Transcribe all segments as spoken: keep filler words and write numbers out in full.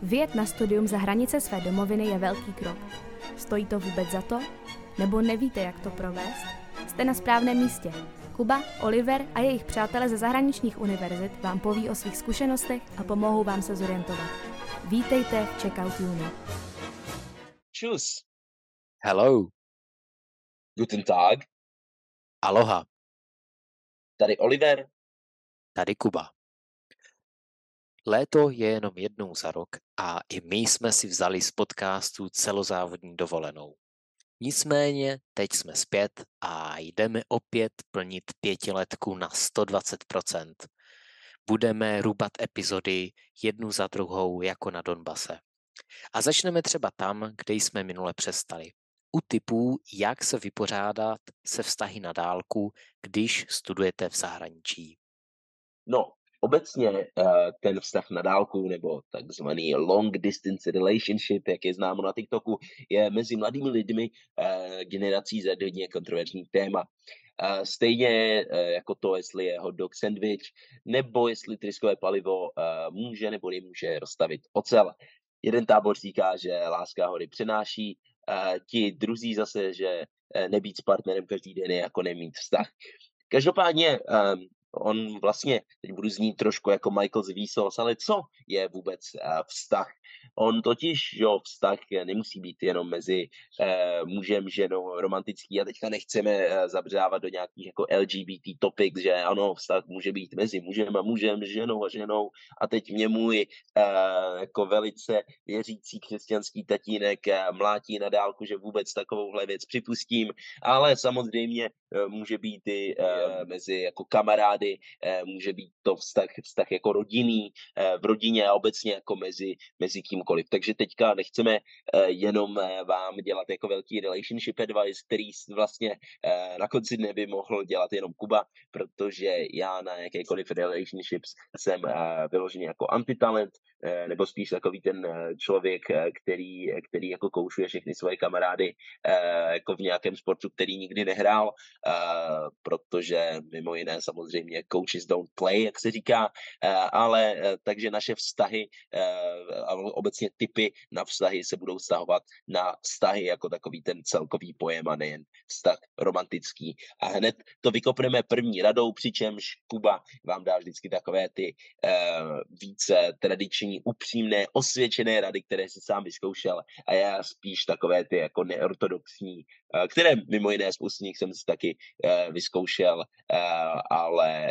Vyjet na studium za hranice své domoviny je velký krok. Stojí to vůbec za to? Nebo nevíte, jak to provést? Jste na správném místě. Kuba, Oliver a jejich přátelé ze zahraničních univerzit vám poví o svých zkušenostech a pomohou vám se zorientovat. Vítejte v Checkout Uni. Tschüss. Hello. Guten Tag. Aloha. Tady Oliver. Tady Kuba. Léto je jenom jednou za rok a i my jsme si vzali z podcastu celozávodní dovolenou. Nicméně teď jsme zpět a jdeme opět plnit pětiletku na sto dvacet procent. Budeme rubat epizody jednu za druhou jako na Donbase. A začneme třeba tam, kde jsme minule přestali. U tipů, jak se vypořádat se vztahy na dálku, když studujete v zahraničí. No, obecně uh, ten vztah na dálku, nebo takzvaný long distance relationship, jak je známo na TikToku, je mezi mladými lidmi uh, generací Z hodně kontroverzní téma. Uh, stejně uh, jako to, jestli je hot dog sandwich, nebo jestli tryskové palivo uh, může nebo nemůže rozstavit ocel. Jeden tábor říká, že láska hory přenáší, uh, ti druzí zase, že uh, nebýt s partnerem každý den je jako nemít vztah. Každopádně um, on vlastně, teď budu znít trošku jako Michael z Vsauce, ale co je vůbec uh, vztah? On totiž, jo, vztah nemusí být jenom mezi uh, mužem, ženou, romantický a teďka nechceme uh, zabředávat do nějakých jako L G B T topic, že ano, vztah může být mezi mužem a mužem, ženou a ženou a teď mě můj uh, jako velice věřící křesťanský tatínek uh, mlátí na dálku, že vůbec takovouhle věc připustím, ale samozřejmě uh, může být i uh, mezi jako kamarády, může být to vztah, vztah jako rodinný, v rodině a obecně jako mezi, mezi kýmkoliv. Takže teďka nechceme jenom vám dělat jako velký relationship advice, který vlastně na konci dne by mohl dělat jenom Kuba, protože já na jakékoliv relationships jsem vyloženě jako antitalent, nebo spíš takový ten člověk, který, který jako koučuje všechny svoje kamarády jako v nějakém sportu, který nikdy nehrál, protože mimo jiné samozřejmě coaches don't play, jak se říká, ale takže naše vztahy a obecně typy na vztahy se budou vztahovat na vztahy jako takový ten celkový pojem a nejen vztah romantický. A hned to vykopneme první radou, přičemž Kuba vám dá vždycky takové ty více tradiční, upřímné, osvědčené rady, které si sám vyzkoušel a já spíš takové ty jako neortodoxní, které mimo jiné spoustu z nich jsem si taky vyzkoušel, ale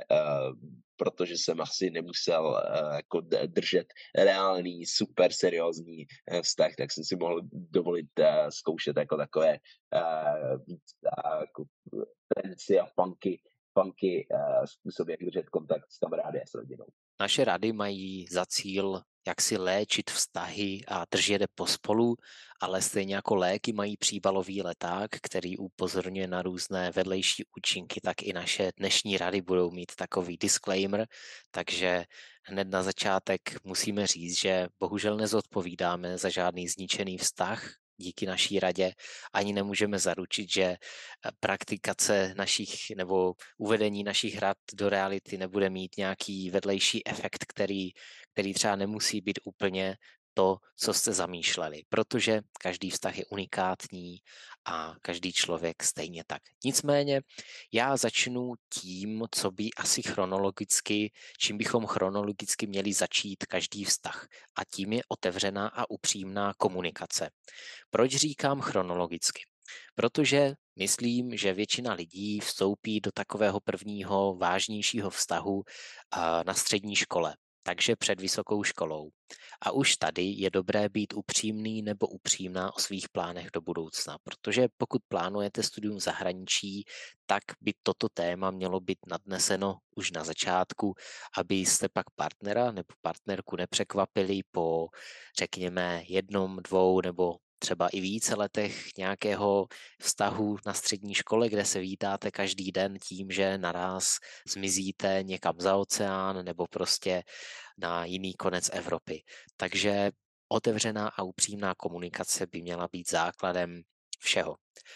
protože jsem asi nemusel uh, jako držet reálný, super seriózní uh, vztah, tak jsem si mohl dovolit uh, zkoušet jako takové uh, víc uh, jako fancy a funky, funky uh, způsoby, jak držet kontakt s kamarády a s rodinou. Naše rady mají za cíl, jak si léčit vztahy a držet je pospolu, ale stejně jako léky mají příbalový leták, který upozorňuje na různé vedlejší účinky, tak i naše dnešní rady budou mít takový disclaimer, takže hned na začátek musíme říct, že bohužel nezodpovídáme za žádný zničený vztah, díky naší radě ani nemůžeme zaručit, že praktikace našich nebo uvedení našich rad do reality nebude mít nějaký vedlejší efekt, který, který třeba nemusí být úplně to, co jste zamýšleli, protože každý vztah je unikátní a každý člověk stejně tak. Nicméně já začnu tím, co by asi chronologicky, čím bychom chronologicky měli začít každý vztah, a tím je otevřená a upřímná komunikace. Proč říkám chronologicky? Protože myslím, že většina lidí vstoupí do takového prvního vážnějšího vztahu na střední škole, takže před vysokou školou. A už tady je dobré být upřímný nebo upřímná o svých plánech do budoucna, protože pokud plánujete studium v zahraničí, tak by toto téma mělo být nadneseno už na začátku, abyste pak partnera nebo partnerku nepřekvapili po, řekněme, jednom, dvou nebo třeba i více letech nějakého vztahu na střední škole, kde se vítáte každý den tím, že naraz zmizíte někam za oceán nebo prostě na jiný konec Evropy. Takže otevřená a upřímná komunikace by měla být základem všeho.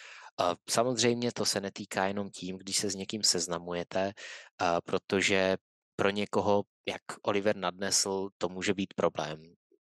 Samozřejmě to se netýká jenom tím, když se s někým seznamujete, protože pro někoho, jak Oliver nadnesl, to může být problém.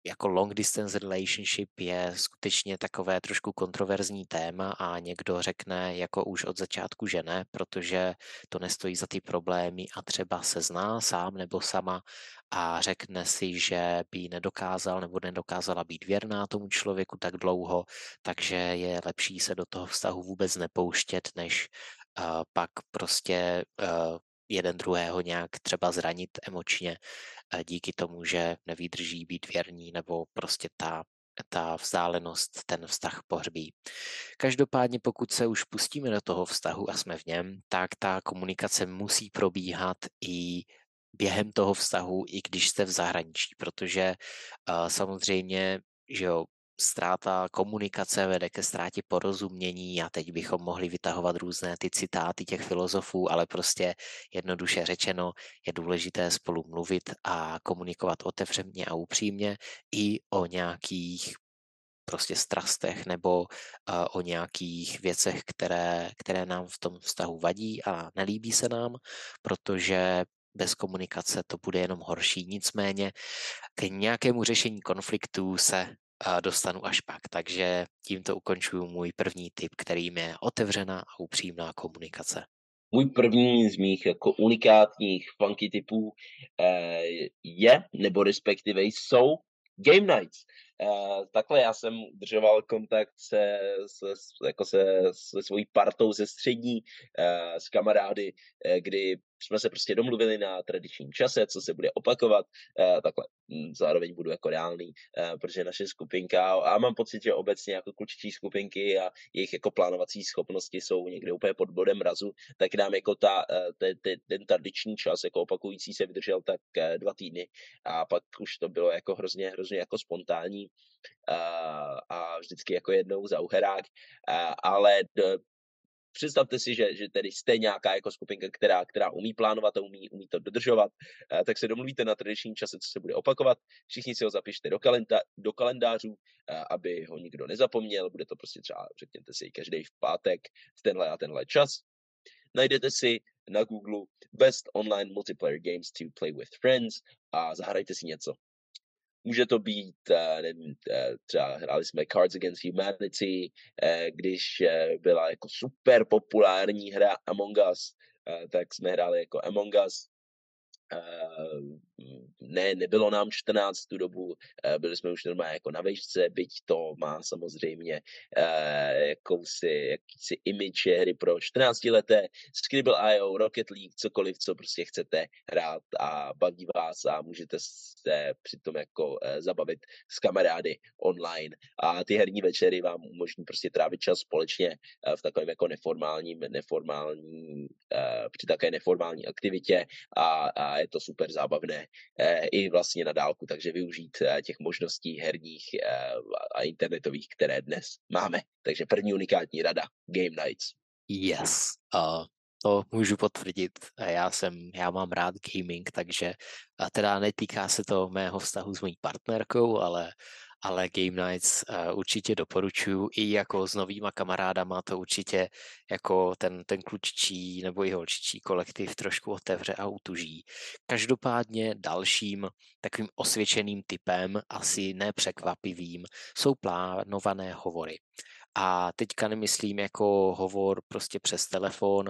jako long distance relationship je skutečně takové trošku kontroverzní téma a někdo řekne jako už od začátku, že ne, protože to nestojí za ty problémy a třeba se zná sám nebo sama a řekne si, že by nedokázal nebo nedokázala být věrná tomu člověku tak dlouho, takže je lepší se do toho vztahu vůbec nepouštět, než uh, pak prostě uh, jeden druhého nějak třeba zranit emočně díky tomu, že nevydrží být věrní nebo prostě ta, ta vzdálenost ten vztah pohřbí. Každopádně pokud se už pustíme do toho vztahu a jsme v něm, tak ta komunikace musí probíhat i během toho vztahu, i když jste v zahraničí, protože uh, samozřejmě, že jo, ztráta komunikace vede ke ztrátě porozumění a teď bychom mohli vytahovat různé ty citáty těch filozofů, ale prostě jednoduše řečeno je důležité spolu mluvit a komunikovat otevřeně a upřímně i o nějakých prostě strastech nebo uh, o nějakých věcech, které, které nám v tom vztahu vadí a nelíbí se nám, protože bez komunikace to bude jenom horší. Nicméně k nějakému řešení konfliktů se uh, dostanu až pak. Takže tímto ukončuju můj první tip, kterým je otevřená a upřímná komunikace. Můj první z mých jako unikátních funky typů eh, je, nebo respektive jsou game nights. Uh, takhle já jsem udržoval kontakt se, se, jako se, se svojí partou ze střední, uh, s kamarády, uh, kdy jsme se prostě domluvili na tradičním čase, co se bude opakovat, uh, takhle hm, zároveň budu jako reálný, uh, protože naše skupinka, a mám pocit, že obecně jako klučičí skupinky a jejich jako plánovací schopnosti jsou někde úplně pod bodem mrazu, tak nám jako ta, uh, te, te, ten tradiční čas jako opakující se vydržel tak uh, dva týdny a pak už to bylo jako hrozně, hrozně jako spontánní. Uh, a vždycky jako jednou za uherák, uh, ale d- představte si, že, že tedy jste nějaká jako skupinka, která, která umí plánovat a umí, umí to dodržovat, uh, tak se domluvíte na tradičním čase, co se bude opakovat, všichni si ho zapište do, kalenda, do kalendářů, uh, aby ho nikdo nezapomněl, bude to prostě třeba, řekněte si, každý v pátek v tenhle a tenhle čas. Najdete si na Google Best Online Multiplayer Games to Play with Friends a zahrajte si něco. Může to být, nevím, třeba hráli jsme Cards Against Humanity, když byla jako super populární hra Among Us, tak jsme hráli jako Among Us. Ne, nebylo nám čtrnáct tu dobu, byli jsme už normálně jako na vejšce, byť to má samozřejmě jakousi, jakýsi image hry pro čtrnáctileté, Scribble tečka i o, Rocket League, cokoliv, co prostě chcete hrát a baví vás a můžete se přitom jako zabavit s kamarády online a ty herní večery vám umožní prostě trávit čas společně v takovém jako neformálním, neformální, při také neformální aktivitě a, a je to super zábavné eh, i vlastně na dálku, takže využít eh, těch možností herních eh, a internetových, které dnes máme. Takže první unikátní rada, Game Nights. Yes, uh, to můžu potvrdit. Já jsem, já mám rád gaming, takže a teda netýká se to mého vztahu s mojí partnerkou, ale ale Game Nights uh, určitě doporučuji i jako s novýma kamarádama, to určitě jako ten, ten klučičí nebo i holčičí kolektiv trošku otevře a utuží. Každopádně dalším takovým osvědčeným typem, asi nepřekvapivým, jsou plánované hovory. A teďka nemyslím jako hovor prostě přes telefon,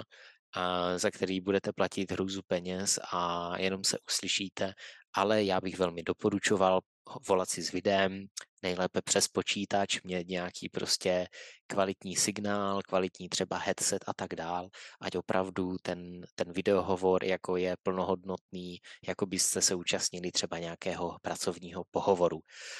a za který budete platit hrůzu peněz a jenom se uslyšíte, ale já bych velmi doporučoval volat si s videem, nejlépe přes počítač, mít nějaký prostě kvalitní signál, kvalitní třeba headset a tak dál, ať opravdu ten, ten videohovor jako je plnohodnotný, jako byste se účastnili třeba nějakého pracovního pohovoru.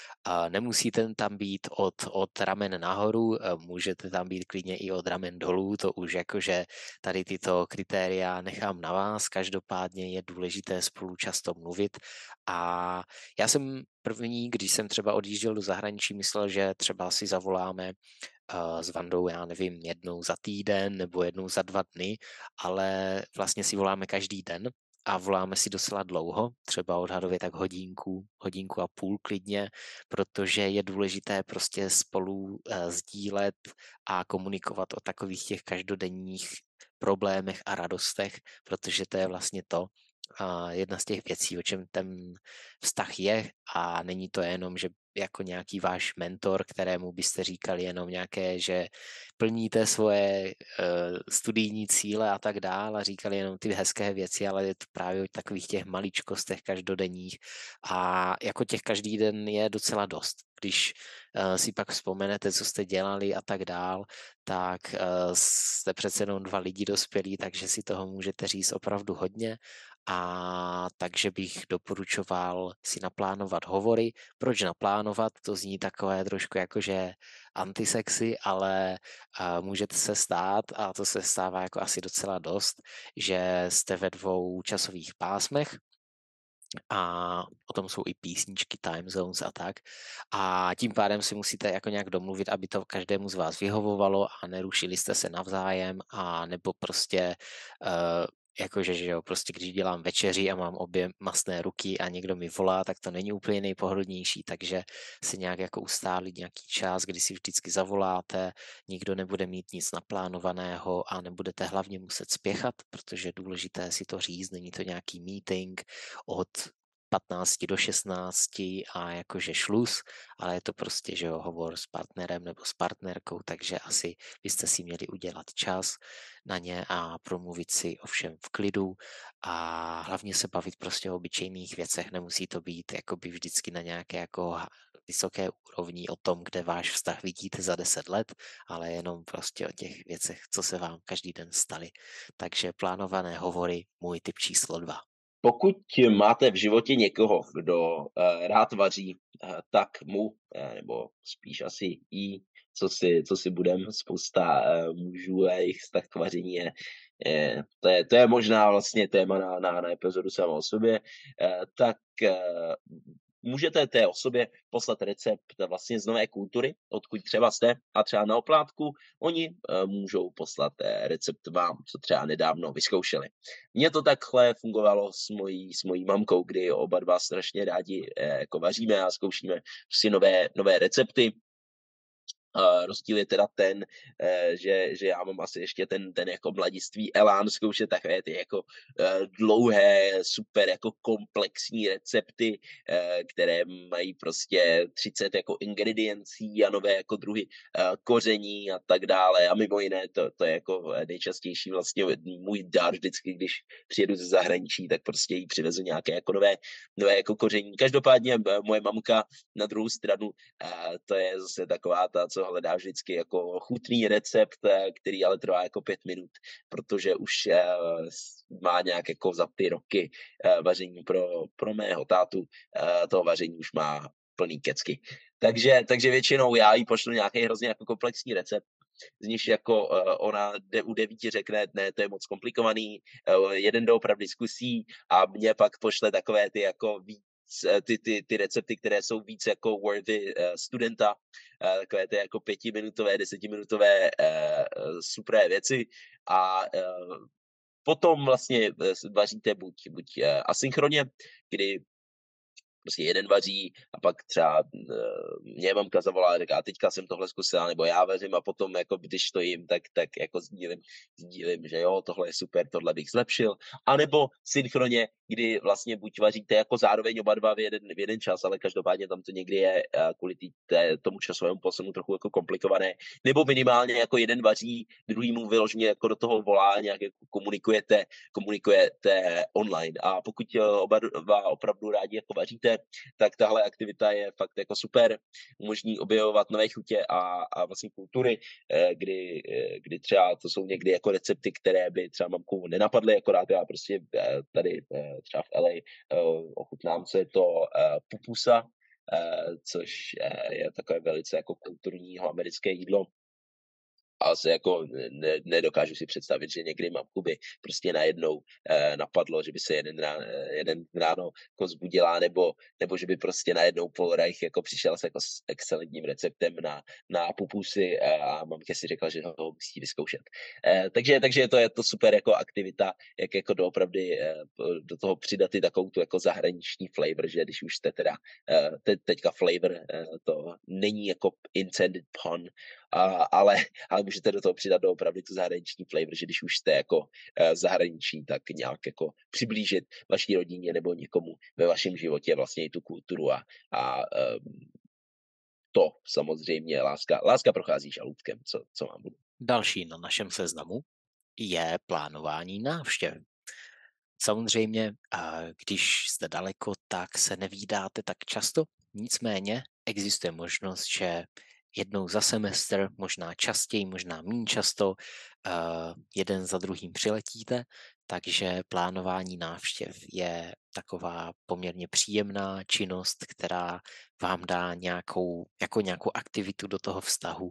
A nemusíte tam být od, od ramen nahoru, můžete tam být klidně i od ramen dolů, to už jakože tady tyto kritéria nechám na vás, každopádně je důležité spolu často mluvit a já jsem první, když jsem třeba odjížděl do zahraničí, myslel, že třeba si zavoláme uh, s Vandou, já nevím, jednou za týden nebo jednou za dva dny, ale vlastně si voláme každý den a voláme si docela dlouho, třeba odhadově tak hodinku, hodinku a půl klidně, protože je důležité prostě spolu uh, sdílet a komunikovat o takových těch každodenních problémech a radostech, protože to je vlastně to, a jedna z těch věcí, o čem ten vztah je a není to jenom, že jako nějaký váš mentor, kterému byste říkali jenom nějaké, že plníte svoje uh, studijní cíle a tak dál a říkali jenom ty hezké věci, ale je to právě o takových těch maličkostech každodenních a jako těch každý den je docela dost. Když uh, si pak vzpomenete, co jste dělali a tak dál, tak uh, jste přece jenom dva lidi dospělí, takže si toho můžete říct opravdu hodně. A takže bych doporučoval si naplánovat hovory. Proč naplánovat? To zní takové trošku jakože antisexy, ale uh, můžete se stát, a to se stává jako asi docela dost, že jste ve dvou časových pásmech, a o tom jsou i písničky, time zones a tak. A tím pádem si musíte jako nějak domluvit, aby to každému z vás vyhovovalo a nerušili jste se navzájem, a nebo prostě uh, jakože, že jo, prostě když dělám večeři a mám obě masné ruky a někdo mi volá, tak to není úplně nejpohodlnější, takže si nějak jako ustálit nějaký čas, kdy si vždycky zavoláte, nikdo nebude mít nic naplánovaného a nebudete hlavně muset spěchat, protože je důležité si to říct, není to nějaký meeting od patnácti do šestnácti a jakože šluz, ale je to prostě, že jo, hovor s partnerem nebo s partnerkou, takže asi byste si měli udělat čas na ně a promluvit si o všem v klidu a hlavně se bavit prostě o obyčejných věcech, nemusí to být jakoby vždycky na nějaké jako vysoké úrovni o tom, kde váš vztah vidíte za deset let, ale jenom prostě o těch věcech, co se vám každý den staly. Takže plánované hovory, můj tip číslo dva. Pokud máte v životě někoho, kdo uh, rád vaří, uh, tak mu, uh, nebo spíš asi jí, co si, co si budem, spousta uh, mužů a jejich vztah k vaření je, je, to je, to je možná vlastně téma na, na, na epizodu sama o sobě, uh, tak uh, můžete té osobě poslat recept vlastně z nové kultury, odkud třeba jste, a třeba na oplátku oni uh, můžou poslat uh, recept vám, co třeba nedávno vyzkoušeli. Mně to takhle fungovalo s mojí, s mojí mamkou, kdy oba dva strašně rádi uh, jako vaříme a zkoušíme si nové, nové recepty. Uh, rozdíl je teda ten, uh, že, že já mám asi ještě ten, ten jako mladiství elán zkoušet takové ty jako uh, dlouhé, super jako komplexní recepty, uh, které mají prostě třicet jako ingrediencí a nové jako druhy uh, koření a tak dále. A mimo jiné, to, to je jako nejčastější vlastně můj dar vždycky, když přijedu ze zahraničí, tak prostě jí přivezu nějaké jako nové, nové jako koření. Každopádně moje mamka na druhou stranu, uh, to je zase taková ta, co hledá vždycky jako chutný recept, který ale trvá jako pět minut, protože už uh, má nějak jako za ty roky uh, vaření pro, pro mého tátu, uh, toho vaření už má plný kecky. Takže, takže většinou já jí pošlu nějaký hrozně jako komplexní recept, z níž jako uh, ona de, u devíti řekne, ne, to je moc komplikovaný, uh, jeden doopravdy zkusí a mě pak pošle takové ty jako víc Ty, ty, ty recepty, které jsou víc jako worthy uh, studenta, uh, takové ty jako pětiminutové, desetiminutové uh, super věci a uh, potom vlastně uh, vaříte buď, buď uh, asynchronně, kdy prostě jeden vaří a pak třeba uh, mě mamka zavolá a říká, teďka jsem tohle zkusila, nebo já vařím a potom, jako když to jim, tak, tak jako sdílím, sdílím, že jo, tohle je super, tohle bych zlepšil. A nebo synchronně, kdy vlastně buď vaříte jako zároveň oba dva v jeden, v jeden čas, ale každopádně tam to někdy je uh, kvůli tý, té, tomu časovému posunu trochu jako komplikované, nebo minimálně jako jeden vaří, druhý mu vyloženě jako do toho volá, nějak jako komunikujete, komunikujete online. A pokud uh, oba dva opravdu rádi jako vaříte, tak tahle aktivita je fakt jako super, umožní objevovat nové chutě a, a vlastně kultury, kdy, kdy třeba to jsou někdy jako recepty, které by třeba mamku nenapadly, akorát já prostě tady třeba v L A ochutnám, co je to pupusa, což je takové velice jako kulturního americké jídlo. A se jako ne, nedokážu si představit, že někdy mamku by prostě najednou eh, napadlo, že by se jeden, ráno, jeden ráno jako zbudila, nebo, nebo že by prostě najednou Paul Reich jako přišel s, jako s excelentním receptem na, na pupusy a mamka si řekla, že ho musí vyzkoušet. Eh, takže, takže to je to super jako aktivita, jak jako doopravdy eh, do toho přidat i takovou tu jako zahraniční flavor, že když už jste teda eh, te, teďka flavor, eh, to není jako intended pun, a, ale, ale můžete do toho přidat doopravdy tu zahraniční flavor, že když už jste jako uh, zahraničí, tak nějak jako přiblížit vaší rodině nebo někomu ve vašem životě vlastně i tu kulturu a, a um, to samozřejmě, láska, láska prochází žaludkem, co, co mám budu. Další na našem seznamu je plánování návštěv. Samozřejmě, když jste daleko, tak se nevídáte tak často, nicméně existuje možnost, že jednou za semestr, možná častěji, možná méně často, jeden za druhým přiletíte, takže plánování návštěv je taková poměrně příjemná činnost, která vám dá nějakou, jako nějakou aktivitu do toho vztahu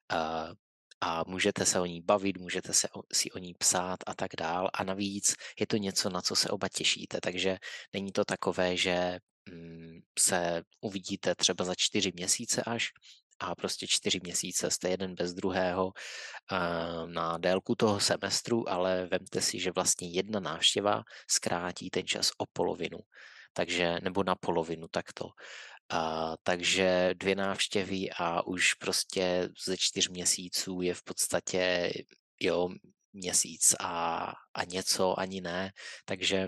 a můžete se o ní bavit, můžete se o, si o ní psát a tak dál. A navíc je to něco, na co se oba těšíte, takže není to takové, že mm, se uvidíte třeba za čtyři měsíce až a prostě čtyři měsíce jste jeden bez druhého uh, na délku toho semestru, ale vemte si, že vlastně jedna návštěva zkrátí ten čas o polovinu, takže nebo na polovinu takto. A, takže dvě návštěvy a už prostě ze čtyř měsíců je v podstatě jo, měsíc a, a něco, ani ne. Takže,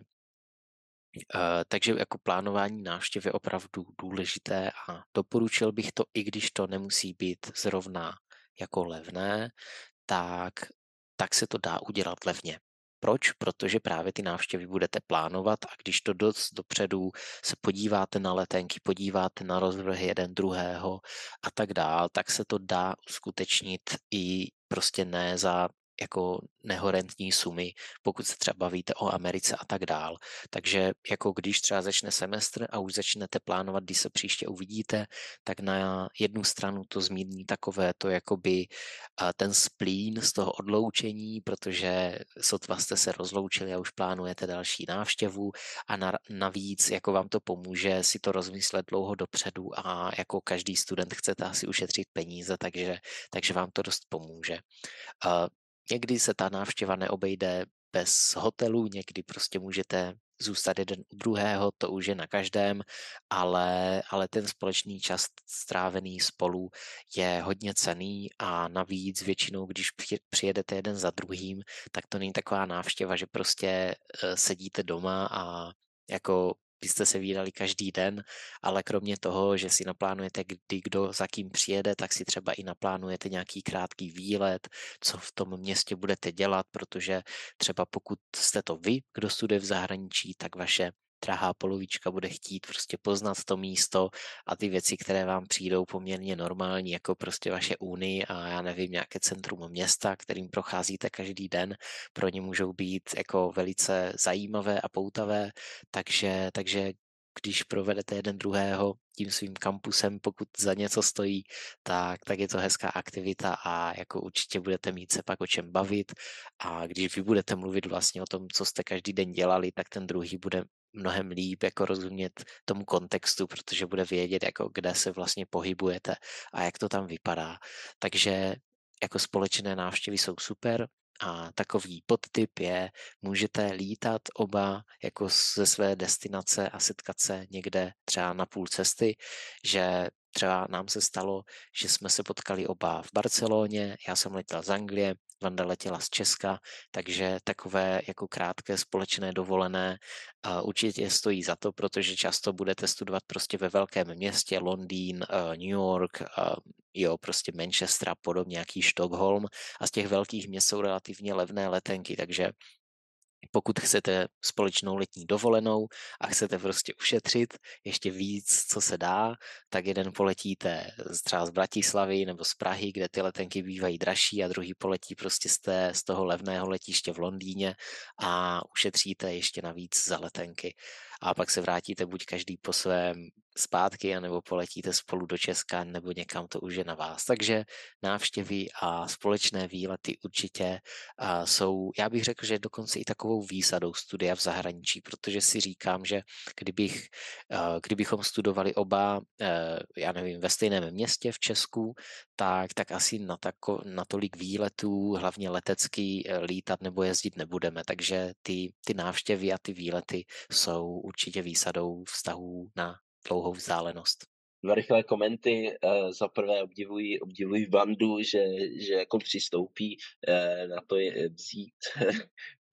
uh, takže jako plánování návštěv je opravdu důležité a doporučil bych to, i když to nemusí být zrovna jako levné, tak, tak se to dá udělat levně. Proč? Protože právě ty návštěvy budete plánovat a když to dost dopředu se podíváte na letenky, podíváte na rozvrhy jeden druhého a tak dál, tak se to dá uskutečnit i prostě ne za jako nehorentní sumy, pokud se třeba bavíte o Americe a tak dál. Takže jako když třeba začne semestr a už začnete plánovat, kdy se příště uvidíte, tak na jednu stranu to zmírní takové to jakoby ten splín z toho odloučení, protože sotva jste se rozloučili a už plánujete další návštěvu a na, navíc jako vám to pomůže si to rozmyslet dlouho dopředu a jako každý student chcete asi ušetřit peníze, takže, takže vám to dost pomůže. Uh, Někdy se ta návštěva neobejde bez hotelu, někdy prostě můžete zůstat jeden u druhého, to už je na každém, ale, ale ten společný čas strávený spolu je hodně cenný a navíc většinou, když přijedete jeden za druhým, tak to není taková návštěva, že prostě sedíte doma a jako byste se vídali každý den, ale kromě toho, že si naplánujete, kdy kdo za kým přijede, tak si třeba i naplánujete nějaký krátký výlet, co v tom městě budete dělat, protože třeba pokud jste to vy, kdo studuje v zahraničí, tak vaše drahá polovička bude chtít prostě poznat to místo a ty věci, které vám přijdou poměrně normální, jako prostě vaše unii a já nevím, nějaké centrum města, kterým procházíte každý den, pro ně můžou být jako velice zajímavé a poutavé, takže, takže když provedete jeden druhého tím svým kampusem, pokud za něco stojí, tak, tak je to hezká aktivita a jako určitě budete mít se pak o čem bavit a když vy budete mluvit vlastně o tom, co jste každý den dělali, tak ten druhý bude mnohem líp jako rozumět tomu kontextu, protože bude vědět, jako kde se vlastně pohybujete a jak to tam vypadá. Takže jako společné návštěvy jsou super a takový podtip je, můžete lítat oba jako ze své destinace a setkat se někde třeba na půl cesty, že třeba nám se stalo, že jsme se potkali oba v Barceloně, já jsem letěl z Anglie, Vanda letěla z Česka, takže takové jako krátké společné dovolené uh, určitě stojí za to, protože často budete studovat prostě ve velkém městě, Londýn, uh, New York, uh, jo, prostě Manchester a podobně, nějaký Stockholm a z těch velkých měst jsou relativně levné letenky, takže pokud chcete společnou letní dovolenou a chcete prostě ušetřit ještě víc, co se dá, tak jeden poletíte třeba z Bratislavy nebo z Prahy, kde ty letenky bývají dražší a druhý poletí prostě z, té, z toho levného letiště v Londýně a ušetříte ještě navíc za letenky. A pak se vrátíte buď každý po svém zpátky, anebo poletíte spolu do Česka, nebo někam, to už je na vás. Takže návštěvy a společné výlety určitě a jsou, já bych řekl, že dokonce i takovou výsadou studia v zahraničí, protože si říkám, že kdybych, kdybychom studovali oba, já nevím, ve stejném městě v Česku, tak, tak asi na, tako, na tolik výletů, hlavně letecký, lítat nebo jezdit nebudeme. Takže ty, ty návštěvy a ty výlety jsou určitě výsadou vztahů na dlouhou vzdálenost. Dva rychlé komenty. Za prvé obdivuji, obdivuji Vandu, že, že jako přistoupí na to je vzít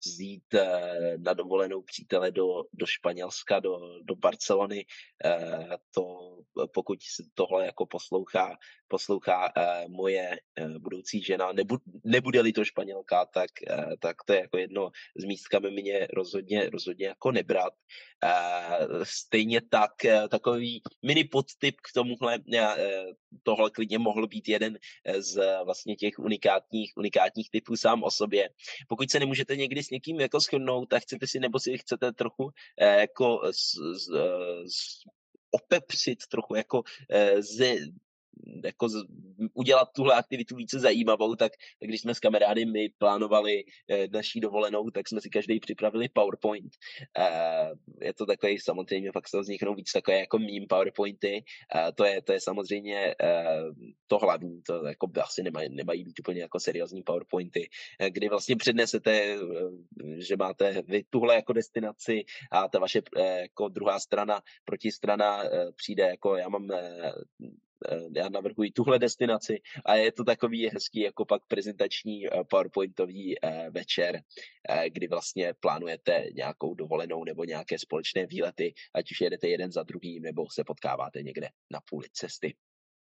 vzít eh, na dovolenou přítele do, do Španělska, do, do Barcelony. Eh, to, pokud se tohle jako poslouchá, poslouchá eh, moje eh, budoucí žena, nebu, nebude-li to Španělka, tak, eh, tak to je jako jedno z míst, kam mě rozhodně, rozhodně jako nebrat. Eh, stejně tak eh, takový mini podtip k tomuhle, eh, tohle klidně mohl být jeden z vlastně těch unikátních, unikátních typů sám o sobě. Pokud se nemůžete někdy s někým jako shodnout, tak chcete si, nebo si chcete trochu eh, jako z, z, z, opepřit trochu jako eh, z, jako z, udělat tuhle aktivitu více zajímavou, tak, tak když jsme s kamarády my plánovali eh, naší dovolenou, tak jsme si každý připravili PowerPoint. Eh, je to takový samozřejmě, fakt se vzniknou víc takové jako meme PowerPointy. Eh, to, je, to je samozřejmě eh, to hlavní, to jako asi nemají, nemají být úplně jako seriózní PowerPointy, eh, kdy vlastně přednesete, eh, že máte vy tuhle jako destinaci a ta vaše eh, jako druhá strana, protistrana eh, přijde jako já mám eh, já navrhuji tuhle destinaci a je to takový hezký jako pak prezentační PowerPointový večer, kdy vlastně plánujete nějakou dovolenou nebo nějaké společné výlety, ať už jedete jeden za druhým nebo se potkáváte někde na půli cesty.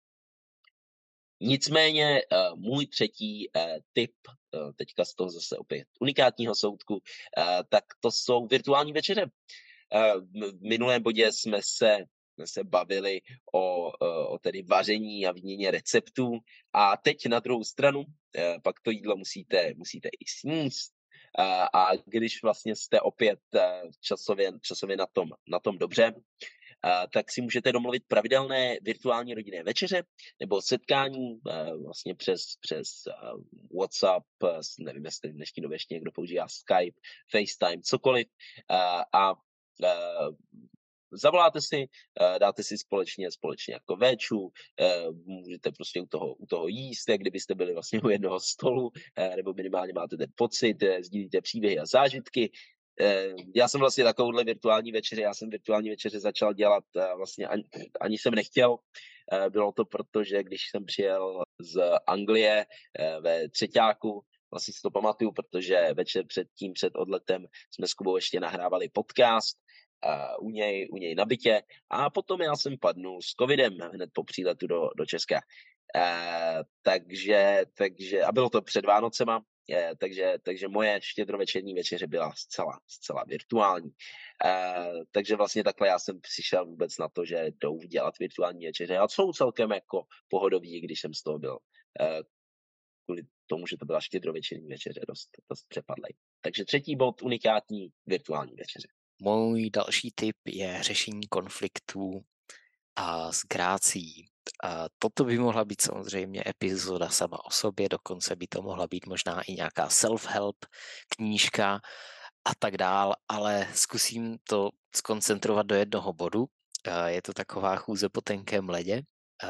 Nicméně můj třetí tip, teďka z toho zase opět unikátního soudku, tak to jsou virtuální večeře. V minulém bodě jsme se se bavili o, o tedy vaření a výměně receptů a teď na druhou stranu pak to jídlo musíte, musíte i sníst a když vlastně jste opět časově, časově na tom, na tom dobře, tak si můžete domluvit pravidelné virtuální rodinné večeře nebo setkání vlastně přes, přes WhatsApp, nevím, jestli v dnešní době ještě někdo používá Skype, FaceTime, cokoliv a zavoláte si, dáte si společně, společně jako véču, můžete prostě u toho, u toho jíst, jak kdybyste byli vlastně u jednoho stolu, nebo minimálně máte ten pocit, sdílíte příběhy a zážitky. Já jsem vlastně takovouhle virtuální večeře, já jsem virtuální večeře začal dělat vlastně ani, ani jsem nechtěl. Bylo to proto, že když jsem přijel z Anglie ve třeťáku, vlastně si to pamatuju, protože večer před tím, před odletem jsme s Kubou ještě nahrávali podcast, Uh, u, něj, u něj na bytě a potom já jsem padnul s covidem hned po příletu do, do Česka. Uh, takže, takže, a bylo to před Vánocema, uh, takže, takže moje štědrovečerní večeře byla zcela, zcela virtuální. Uh, takže vlastně takhle já jsem přišel vůbec na to, že jdou dělat virtuální večeře a jsou celkem jako pohodový, když jsem z toho byl uh, kvůli tomu, že to byla štědrovečerní večeře dost, dost přepadlej. Takže třetí bod, unikátní virtuální večeře. Můj další tip je řešení konfliktů a s grácií. A toto by mohla být samozřejmě epizoda sama o sobě, dokonce by to mohla být možná i nějaká self-help knížka a tak dál, ale zkusím to skoncentrovat do jednoho bodu. Je to taková chůze po tenkém ledě,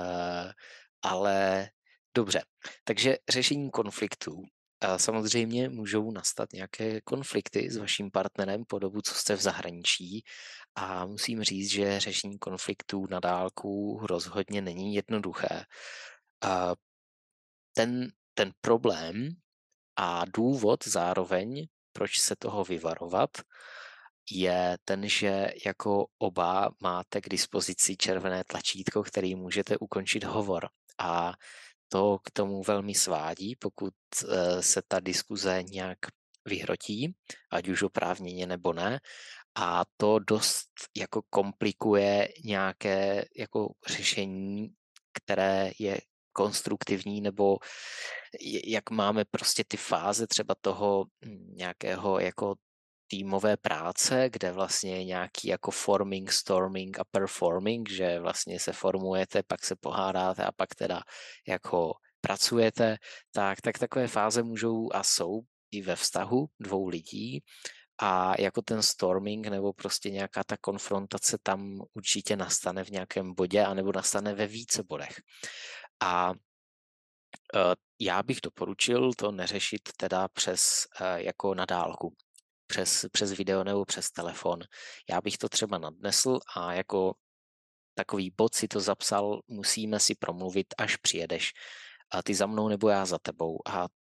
ale dobře. Takže řešení konfliktů. A samozřejmě můžou nastat nějaké konflikty s vaším partnerem po dobu, co jste v zahraničí a musím říct, že řešení konfliktů na dálku rozhodně není jednoduché. A ten, ten problém a důvod zároveň, proč se toho vyvarovat, je ten, že jako oba máte k dispozici červené tlačítko, který můžete ukončit hovor. A to k tomu velmi svádí, pokud se ta diskuze nějak vyhrotí, ať už oprávněně nebo ne. A to dost jako komplikuje nějaké jako řešení, které je konstruktivní, nebo jak máme prostě ty fáze třeba toho nějakého jako týmové práce, kde vlastně je nějaký jako forming, storming a performing, že vlastně se formujete, pak se pohádáte a pak teda jako pracujete, tak, tak takové fáze můžou a jsou i ve vztahu dvou lidí a jako ten storming nebo prostě nějaká ta konfrontace tam určitě nastane v nějakém bodě anebo nastane ve více bodech. A já bych doporučil to neřešit teda přes jako na dálku. Přes, přes video nebo přes telefon. Já bych to třeba nadnesl a jako takový bod si to zapsal, musíme si promluvit, až přijedeš. A ty za mnou nebo já za tebou. A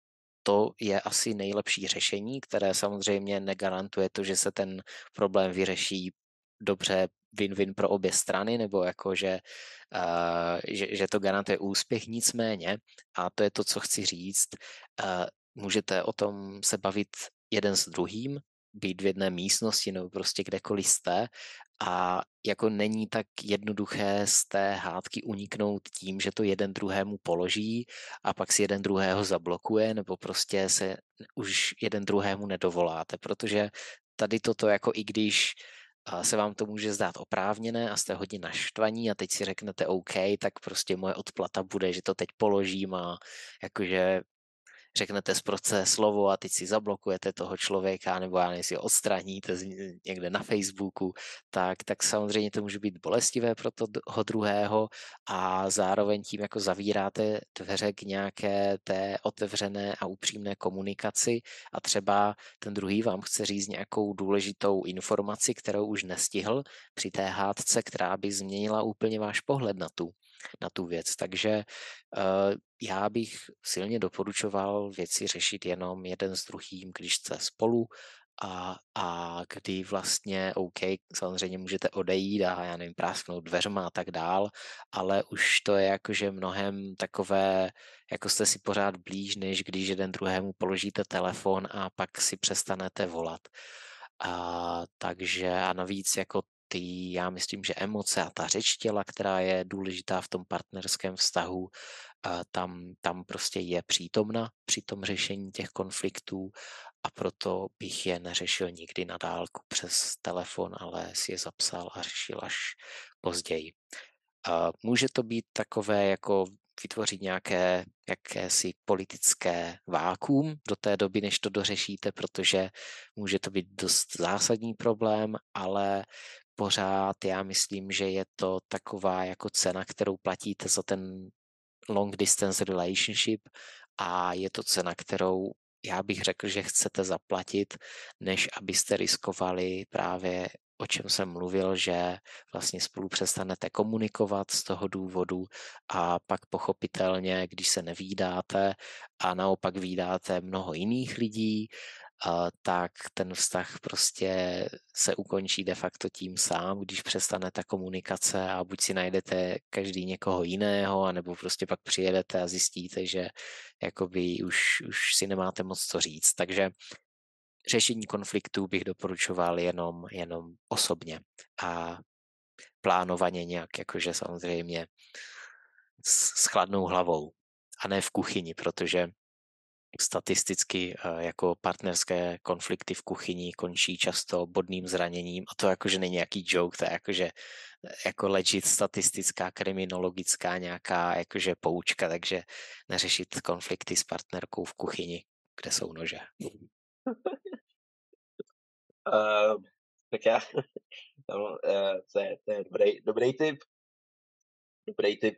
to je asi nejlepší řešení, které samozřejmě negarantuje to, že se ten problém vyřeší dobře win-win pro obě strany, nebo jako, že, uh, že, že to garantuje úspěch, nicméně, a to je to, co chci říct, uh, můžete o tom se bavit jeden s druhým, být v jedné místnosti nebo prostě kdekoliv jste a jako není tak jednoduché z té hádky uniknout tím, že to jeden druhému položí a pak si jeden druhého zablokuje nebo prostě se už jeden druhému nedovoláte, protože tady toto jako i když se vám to může zdát oprávněné a jste hodně naštvaní a teď si řeknete OK, tak prostě moje odplata bude, že to teď položím a jakože řeknete sprosté slovo a teď si zablokujete toho člověka nebo já nevím, si ho odstraníte někde na Facebooku, tak, tak samozřejmě to může být bolestivé pro toho druhého a zároveň tím jako zavíráte dveře k nějaké té otevřené a upřímné komunikaci a třeba ten druhý vám chce říct nějakou důležitou informaci, kterou už nestihl při té hádce, která by změnila úplně váš pohled na tu, na tu věc. Takže uh, já bych silně doporučoval věci řešit jenom jeden s druhým, když jste spolu a, a kdy vlastně OK, samozřejmě můžete odejít a já nevím, prásknout dveřma a tak dál, ale už to je jakože mnohem takové, jako jste si pořád blíž, než když jeden druhému položíte telefon a pak si přestanete volat. A, takže a navíc jako ty, já myslím, že emoce a ta řeč těla, která je důležitá v tom partnerském vztahu, tam, tam prostě je přítomna při tom řešení těch konfliktů a proto bych je neřešil nikdy na dálku přes telefon, ale si je zapsal a řešil až později. Může to být takové jako vytvořit nějaké jakési politické vákuum do té doby, než to dořešíte, protože může to být dost zásadní problém, ale pořád já myslím, že je to taková jako cena, kterou platíte za ten long distance relationship a je to cena, kterou já bych řekl, že chcete zaplatit, než abyste riskovali právě, o čem jsem mluvil, že vlastně spolu přestanete komunikovat z toho důvodu a pak pochopitelně, když se nevídáte a naopak vídáte mnoho jiných lidí, Uh, tak ten vztah prostě se ukončí de facto tím sám, když přestane ta komunikace a buď si najdete každý někoho jiného, anebo prostě pak přijedete a zjistíte, že jakoby už, už si nemáte moc co říct. Takže řešení konfliktů bych doporučoval jenom, jenom osobně a plánovaně nějak, jakože samozřejmě s, s chladnou hlavou a ne v kuchyni, protože statisticky jako partnerské konflikty v kuchyni končí často bodným zraněním a to jakože není nějaký joke, to je jakože jako legit statistická, kriminologická nějaká jakože poučka, takže neřešit konflikty s partnerkou v kuchyni, kde jsou nože. Uh, tak já, no, uh, to je, to je dobrý, dobrý tip. Dobrý tip.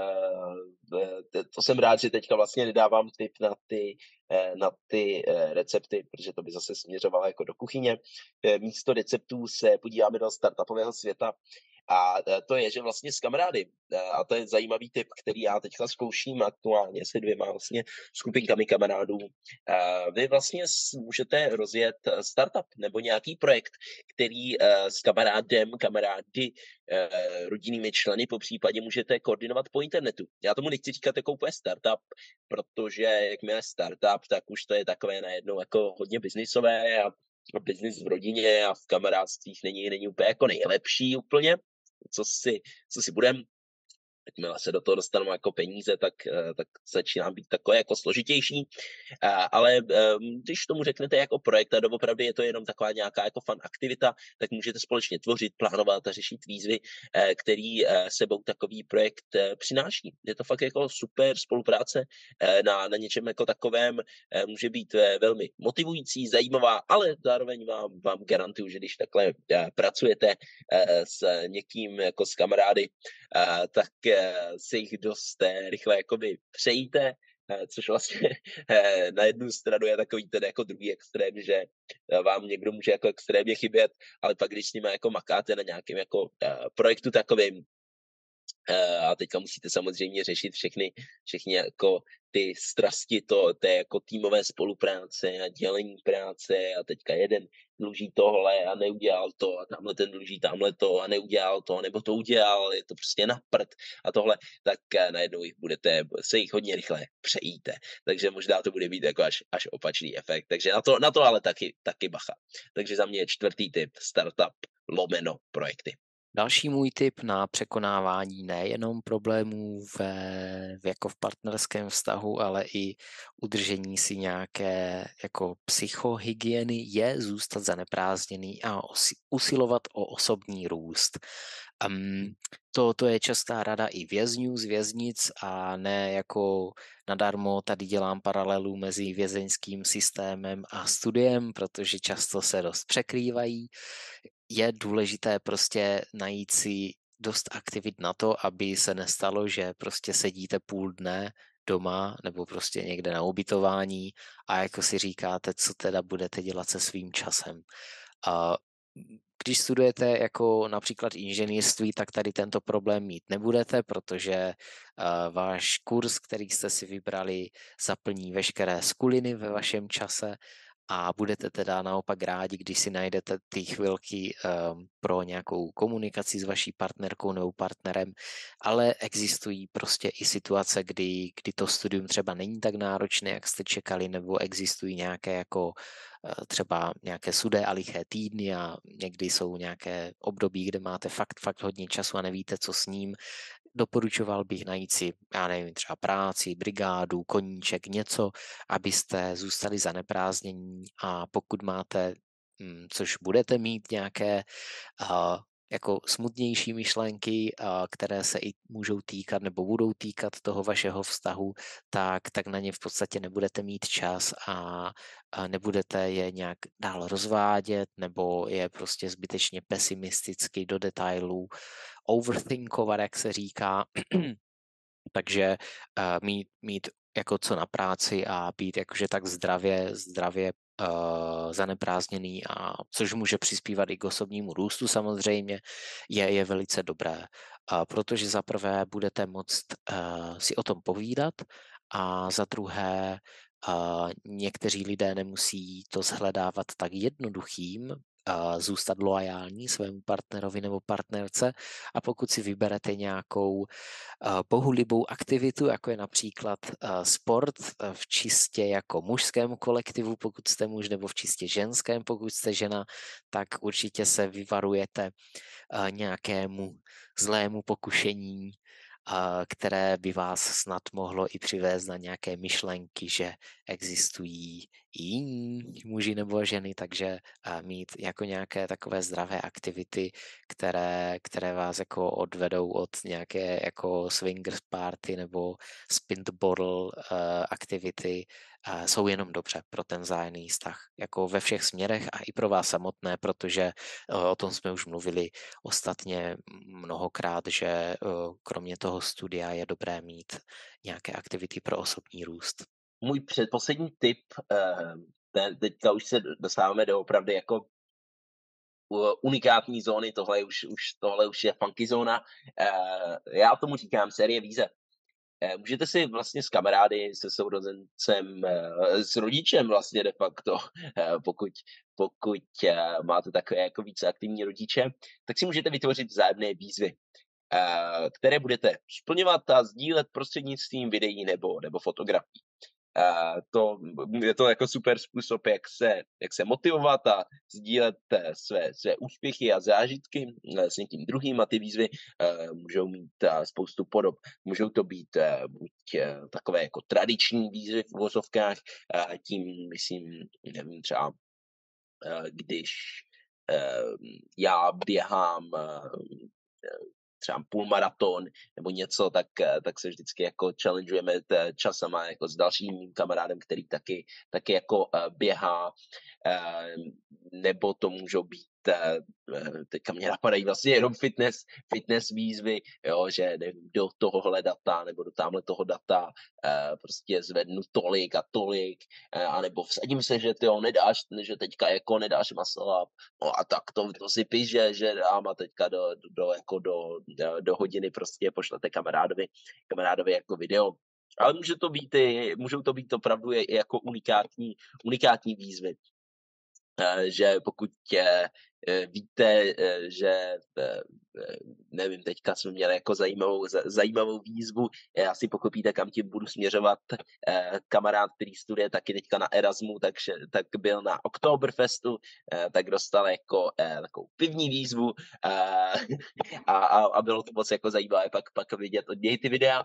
To jsem rád, že teďka vlastně nedávám tip na ty, na ty recepty, protože to by zase směřovalo jako do kuchyně. Místo receptů se podíváme do startupového světa a to je, že vlastně s kamarády, a to je zajímavý tip, který já teďka zkouším aktuálně se dvěma vlastně skupinkami kamarádů. Vy vlastně můžete rozjet startup nebo nějaký projekt, který s kamarádem, kamarády, rodinnými členy po případě můžete koordinovat po internetu. Já tomu nechci říkat jako úplně startup, protože jakmile startup, tak už to je takové najednou jako hodně biznisové a biznis v rodině a v kamarádstvích není, není úplně jako nejlepší úplně, co si, co si budem. Jakmile se do toho dostanou jako peníze, tak, tak začíná být takové jako složitější. Ale když tomu řeknete jako projekt a doopravdy je to jenom taková nějaká jako fun aktivita, tak můžete společně tvořit, plánovat a řešit výzvy, který sebou takový projekt přináší. Je to fakt jako super spolupráce na, na něčem jako takovém, může být velmi motivující, zajímavá, ale zároveň vám, vám garantuju, že když takhle pracujete s někým jako s kamarády, tak se jich dost rychle jakoby přejíte, což vlastně na jednu stranu je takový ten jako druhý extrém, že vám někdo může jako extrémně chybět, ale pak když s nimi jako makáte na nějakém jako projektu takovým, A teďka musíte samozřejmě řešit všechny, všechny jako ty strasti, to, té jako týmové spolupráce a dělení práce a teďka jeden dluží tohle a neudělal to a tamhle ten dluží tamhle to a neudělal to, nebo to udělal, je to prostě na prd a tohle, tak najednou jich budete, se jich hodně rychle přejíte. Takže možná to bude být jako až, až opačný efekt. Takže na to, na to ale taky, taky bacha. Takže za mě je čtvrtý typ startup lomeno projekty. Další můj tip na překonávání nejenom problémů ve, jako v partnerském vztahu, ale i udržení si nějaké jako psychohygieny je zůstat zaneprázdněný a osi, usilovat o osobní růst. Um, to, to je častá rada i vězňů z věznic a ne jako nadarmo tady dělám paralelu mezi vězeňským systémem a studiem, protože často se dost překrývají. Je důležité prostě najít si dost aktivit na to, aby se nestalo, že prostě sedíte půl dne doma nebo prostě někde na ubytování a jako si říkáte, co teda budete dělat se svým časem. A když studujete jako například inženýrství, tak tady tento problém mít nebudete, protože uh, váš kurz, který jste si vybrali, zaplní veškeré skuliny ve vašem čase a budete teda naopak rádi, když si najdete ty chvilky um, pro nějakou komunikaci s vaší partnerkou nebo partnerem, ale existují prostě i situace, kdy, kdy to studium třeba není tak náročné, jak jste čekali, nebo existují nějaké jako třeba nějaké sudé a liché týdny a někdy jsou nějaké období, kde máte fakt, fakt hodně času a nevíte, co s ním. Doporučoval bych najít si, já nevím, třeba práci, brigádu, koníček, něco, abyste zůstali zaneprázdnění a pokud máte, což budete mít nějaké uh, jako smutnější myšlenky, které se i můžou týkat nebo budou týkat toho vašeho vztahu, tak, tak na ně v podstatě nebudete mít čas a, a nebudete je nějak dál rozvádět nebo je prostě zbytečně pesimisticky do detailů overthinkovat, jak se říká. Takže uh, mít, mít jako co na práci a být jakože tak zdravě, zdravě uh, zaneprázdněný, a což může přispívat i k osobnímu růstu samozřejmě, je, je velice dobré, uh, protože za prvé budete moct uh, si o tom povídat a za druhé uh, někteří lidé nemusí to shledávat tak jednoduchým, zůstat loajální svému partnerovi nebo partnerce a pokud si vyberete nějakou bohulibou aktivitu, jako je například sport v čistě jako mužském kolektivu, pokud jste muž, nebo v čistě ženském, pokud jste žena, tak určitě se vyvarujete nějakému zlému pokušení, které by vás snad mohlo i přivést na nějaké myšlenky, že existují i jiní muži nebo ženy, takže mít jako nějaké takové zdravé aktivity, které, které vás jako odvedou od nějaké jako swingers party nebo spin the bottle aktivity, jsou jenom dobře pro ten vzájemný vztah. Jako ve všech směrech a i pro vás samotné, protože o tom jsme už mluvili ostatně mnohokrát, že kromě toho studia je dobré mít nějaké aktivity pro osobní růst. Můj předposlední tip, teďka už se dostáváme do opravdu jako unikátní zóny, tohle už, už, tohle už je funky zóna. Já tomu říkám série výzev. Můžete si vlastně s kamarády, se sourozencem, s rodičem vlastně de facto, pokud, pokud máte takové jako více aktivní rodiče, tak si můžete vytvořit vzájemné výzvy, které budete splňovat a sdílet prostřednictvím videí nebo, nebo fotografií. Uh, to, je to jako super způsob, jak se, jak se motivovat a sdílet své, své úspěchy a zážitky s někým druhým a ty výzvy uh, můžou mít uh, spoustu podob. Můžou to být uh, buď uh, takové jako tradiční výzvy v uvozovkách, uh, tím myslím, nevím, třeba uh, když uh, já běhám uh, třeba půlmaraton nebo něco, tak, tak se vždycky jako challengeujeme časama jako s dalším kamarádem, který taky, taky jako běhá. nebo to můžou být, eh, teďka mě napadají vlastně jenom fitness, fitness výzvy, jo, že nevím, do tohohle data nebo do tamhle toho data eh, prostě zvednu tolik a tolik, eh, anebo vsadím se, že ty jo, nedáš, že teďka jako nedáš muscle up, no a tak to, to si píš, že, že dám a teďka do, do, do, jako do, do, do hodiny prostě pošlete kamarádovi, kamarádovi jako video. Ale může to být i, můžou to být opravdu i jako unikátní, unikátní výzvy. Eh, že pokud tě, eh, víte, eh, že eh, nevím, teďka jsme měli jako zajímavou, zajímavou výzvu, eh, asi pochopíte, kam tím budu směřovat. Eh, kamarád, který studuje taky teďka na Erasmu, takže, tak byl na Oktoberfestu, eh, tak dostal jako eh, takovou pivní výzvu eh, a, a, a bylo to moc jako zajímavé pak, pak vidět od něj ty videa.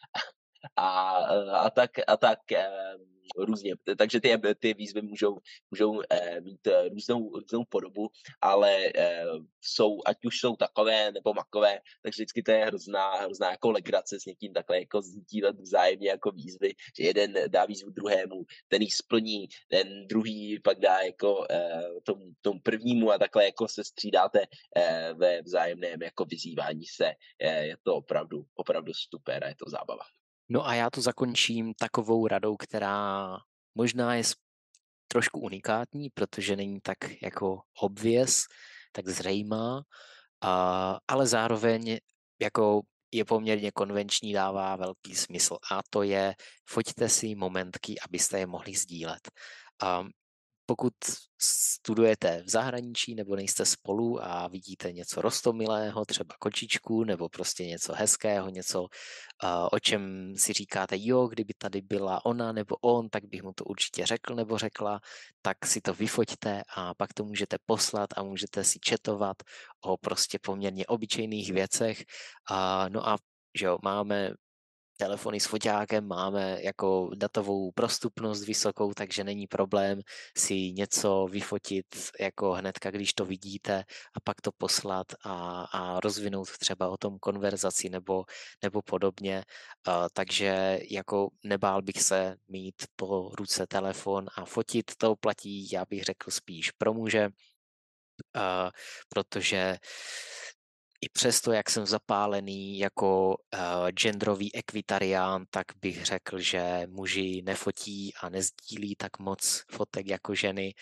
A, a tak, a tak e, různě. Takže ty, ty výzvy můžou, můžou e, mít různou, různou podobu, ale e, jsou, ať už jsou takové nebo makové, tak vždycky to je hrozná, hrozná jako legrace s někým takhle jako sdílet vzájemně jako výzvy, že jeden dá výzvu druhému, ten ji splní, ten druhý pak dá jako e, tomu, tomu prvnímu a takhle jako se střídáte e, ve vzájemném jako vyzývání se. E, je to opravdu, opravdu super a je to zábava. No a já to zakončím takovou radou, která možná je trošku unikátní, protože není tak jako obvious, tak zřejmá, a, ale zároveň jako je poměrně konvenční, dává velký smysl. A to je, foťte si momentky, abyste je mohli sdílet. A pokud studujete v zahraničí nebo nejste spolu a vidíte něco roztomilého, třeba kočičku, nebo prostě něco hezkého, něco, o čem si říkáte, jo, kdyby tady byla ona nebo on, tak bych mu to určitě řekl nebo řekla, tak si to vyfoťte a pak to můžete poslat a můžete si chatovat o prostě poměrně obyčejných věcech. No a že jo, máme telefony s foťákem, máme jako datovou prostupnost vysokou, takže není problém si něco vyfotit jako hnedka, když to vidíte a pak to poslat a, a rozvinout třeba o tom konverzaci nebo, nebo podobně. Uh, takže jako nebál bych se mít po ruce telefon a fotit. To platí, já bych řekl, spíš pro muže, uh, protože i přesto, jak jsem zapálený jako uh, genderový ekvitarián, tak bych řekl, že muži nefotí a nezdílí tak moc fotek jako ženy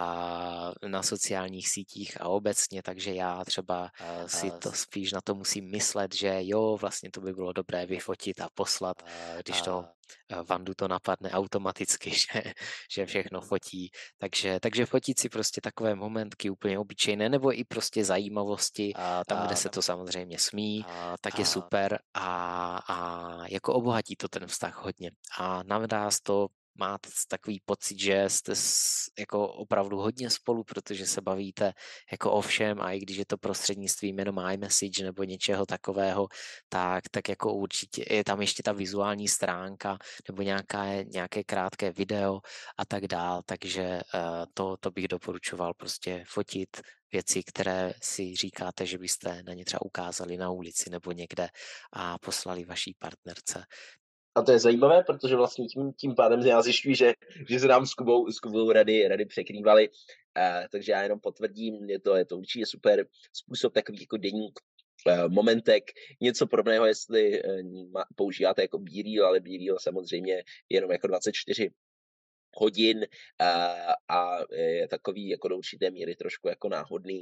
a na sociálních sítích a obecně, takže já třeba uh, si to spíš na to musím myslet, že jo, vlastně to by bylo dobré vyfotit a poslat, uh, když to uh, Vandu to napadne automaticky, že, že všechno fotí. Takže, takže fotit si prostě takové momentky úplně obyčejné, nebo i prostě zajímavosti, a tam, kde se to samozřejmě smí, a, tak je super a, a jako obohatí to ten vztah hodně. A na vás to máte takový pocit, že jste jako opravdu hodně spolu, protože se bavíte jako o všem a i když je to prostřednictvím jenom iMessage nebo něčeho takového, tak, tak jako určitě je tam ještě ta vizuální stránka nebo nějaké, nějaké krátké video a tak dál, takže uh, to, to bych doporučoval prostě fotit věci, které si říkáte, že byste na ně třeba ukázali na ulici nebo někde a poslali vaší partnerce. A to je zajímavé, protože vlastně tím, tím pádem já zjišťuji, že, že se nám s Kubou, s Kubou rady, rady překrývaly, uh, takže já jenom potvrdím, je to, je to určitě super způsob, takový jako deník uh, momentek, něco podobného, jestli uh, používáte jako B-Reel, ale B-Reel samozřejmě jenom jako dvacet čtyři hodin uh, a je takový jako do určité míry trošku jako náhodný,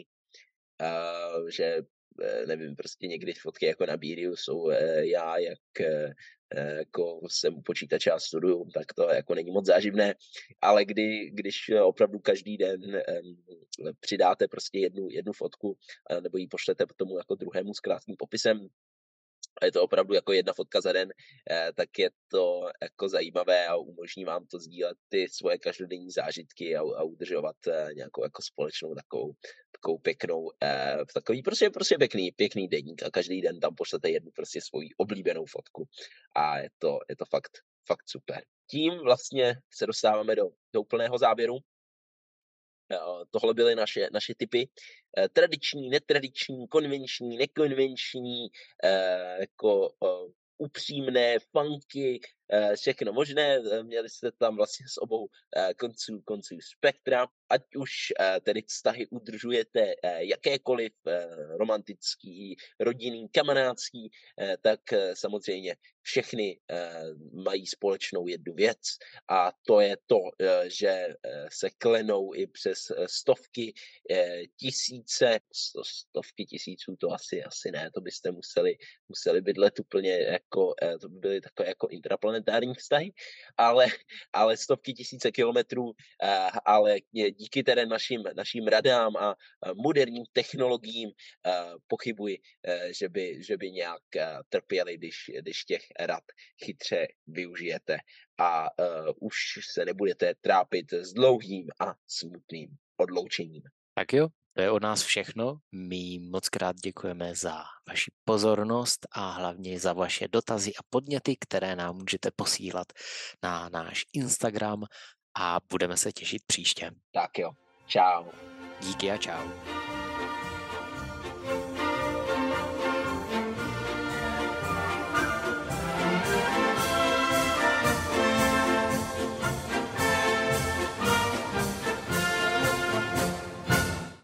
uh, že nevím, prostě někdy fotky jako na B-Reelu jsou uh, já, jak uh, jako jsem u počítače a studuju, tak to jako není moc záživné, ale kdy, když opravdu každý den um, přidáte prostě jednu, jednu fotku uh, nebo ji pošlete tomu jako druhému s krátkým popisem, a je to opravdu jako jedna fotka za den, eh, tak je to jako zajímavé a umožní vám to sdílet ty svoje každodenní zážitky a, a udržovat eh, nějakou jako společnou takovou, takovou pěknou, eh, takový prostě, prostě pěkný, pěkný deník a každý den tam pošlete jednu prostě svoji oblíbenou fotku a je to, je to fakt, fakt super. Tím vlastně se dostáváme do, do úplného závěru. Tohle byly naše, naše typy. Tradiční, netradiční, konvenční, nekonvenční, jako upřímné, funky všechno možné, měli jste tam vlastně z obou konců, konců spektra, ať už tedy vztahy udržujete jakékoliv romantický, rodinný, kamarádský, tak samozřejmě všechny mají společnou jednu věc a to je to, že se klenou i přes stovky, tisíce, stovky tisíců, to asi, asi ne, to byste museli, museli bydlet úplně jako, to by byly takové jako intraplanetární vztahy, ale, ale stovky tisíce kilometrů, ale díky tedy našim, našim radám a moderním technologiím pochybuji, že by, že by nějak trpěli, když, když těch rad chytře využijete a už se nebudete trápit s dlouhým a smutným odloučením. Tak jo, to je od nás všechno. My moc krát děkujeme za vaši pozornost a hlavně za vaše dotazy a podněty, které nám můžete posílat na náš Instagram a budeme se těšit příště. Tak jo, čau. Díky a čau.